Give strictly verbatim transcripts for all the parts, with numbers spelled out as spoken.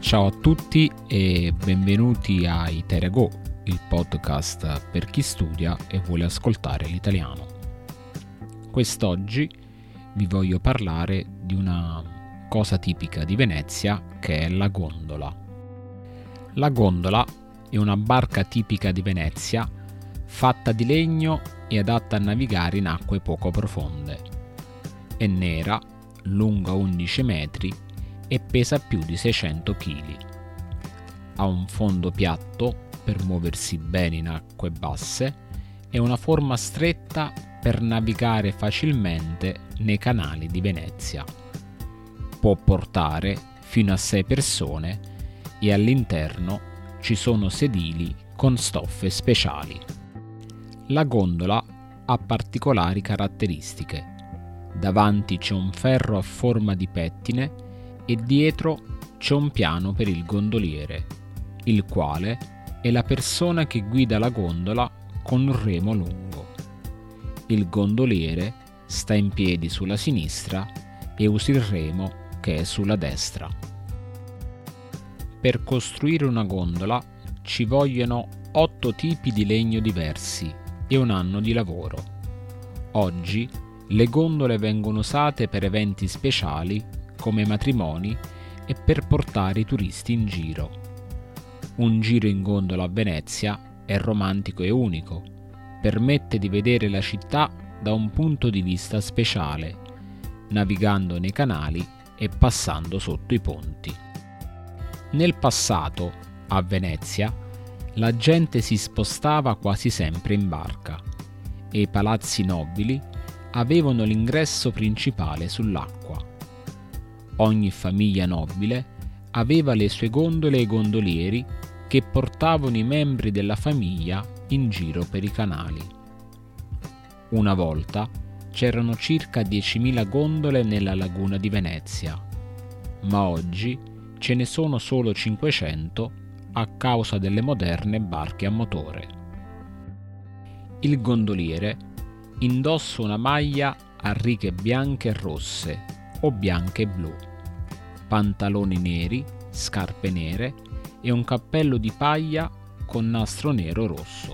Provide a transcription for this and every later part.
Ciao a tutti e benvenuti a IteriaGo, il podcast per chi studia e vuole ascoltare l'italiano. Quest'oggi vi voglio parlare di una cosa tipica di Venezia che è la gondola. La gondola è una barca tipica di Venezia fatta di legno e adatta a navigare in acque poco profonde. È nera, lunga undici metri e pesa più di seicento chili. Ha un fondo piatto per muoversi bene in acque basse e una forma stretta per navigare facilmente nei canali di Venezia. Può portare fino a sei persone e all'interno ci sono sedili con stoffe speciali. La gondola ha particolari caratteristiche. Davanti c'è un ferro a forma di pettine e dietro c'è un piano per il gondoliere, il quale è la persona che guida la gondola con un remo lungo. Il gondoliere sta in piedi sulla sinistra e usa il remo che è sulla destra. Per costruire una gondola ci vogliono otto tipi di legno diversi e un anno di lavoro. Oggi le gondole vengono usate per eventi speciali come matrimoni e per portare i turisti in giro. Un giro in gondola a Venezia è romantico e unico, permette di vedere la città da un punto di vista speciale, navigando nei canali e passando sotto i ponti. Nel passato, a Venezia, la gente si spostava quasi sempre in barca e i palazzi nobili avevano l'ingresso principale sull'acqua. Ogni famiglia nobile aveva le sue gondole e gondolieri che portavano i membri della famiglia in giro per i canali. Una volta c'erano circa diecimila gondole nella laguna di Venezia, ma oggi ce ne sono solo cinquecento a causa delle moderne barche a motore. Il gondoliere indossa una maglia a righe bianche e rosse o bianche e blu, pantaloni neri, scarpe nere e un cappello di paglia con nastro nero rosso.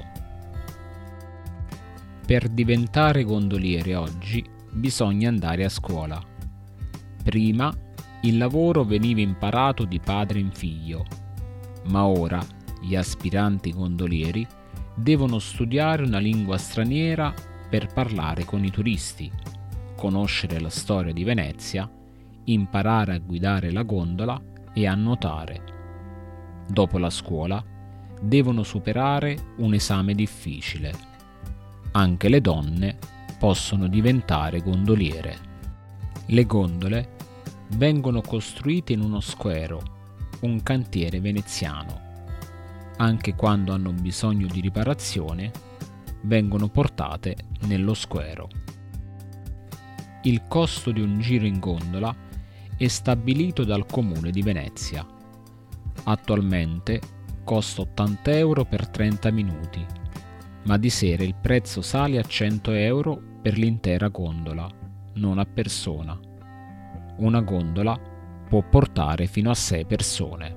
Per diventare gondoliere oggi bisogna andare a scuola. Prima il lavoro veniva imparato di padre in figlio, ma ora gli aspiranti gondolieri devono studiare una lingua straniera per parlare con i turisti, conoscere la storia di Venezia, imparare a guidare la gondola e a nuotare. Dopo la scuola devono superare un esame difficile. Anche le donne possono diventare gondoliere. Le gondole vengono costruite in uno squero, un cantiere veneziano. Anche quando hanno bisogno di riparazione, vengono portate nello squero. Il costo di un giro in gondola è stabilito dal Comune di Venezia. Attualmente costa ottanta euro per trenta minuti, ma di sera il prezzo sale a cento euro per l'intera gondola, non a persona. Una gondola può portare fino a sei persone.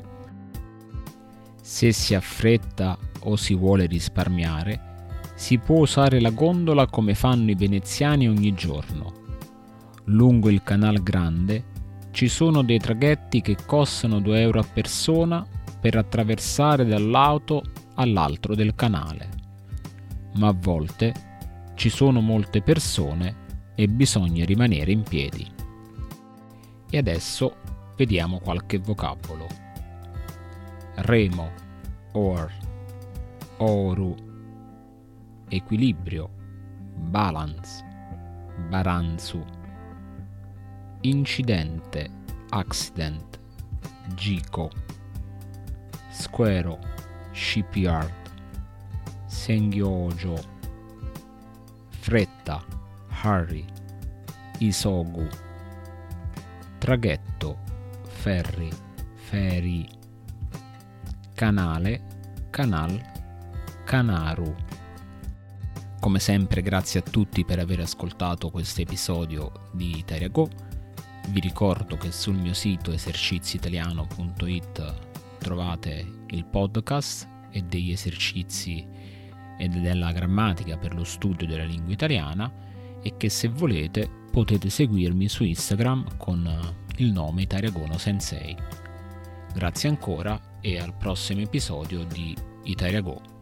Se si ha fretta o si vuole risparmiare, si può usare la gondola come fanno i veneziani ogni giorno. Lungo il Canal Grande ci sono dei traghetti che costano due euro a persona per attraversare dall'auto all'altro del canale. Ma a volte ci sono molte persone e bisogna rimanere in piedi. E adesso vediamo qualche vocabolo. Remo, oar, oru, equilibrio, balance, baranzu, incidente, accident, gico, squero, shipyard, senghiojo, fretta, hurry, isogu, traghetto, ferry, ferry, canale, canal, canaru. Come sempre, grazie a tutti per aver ascoltato questo episodio di IteriaGo. Vi ricordo che sul mio sito esercizi italiano punto it trovate il podcast e degli esercizi e della grammatica per lo studio della lingua italiana, e che se volete potete seguirmi su Instagram con il nome Italiagono Sensei. Grazie ancora e al prossimo episodio di Italiago.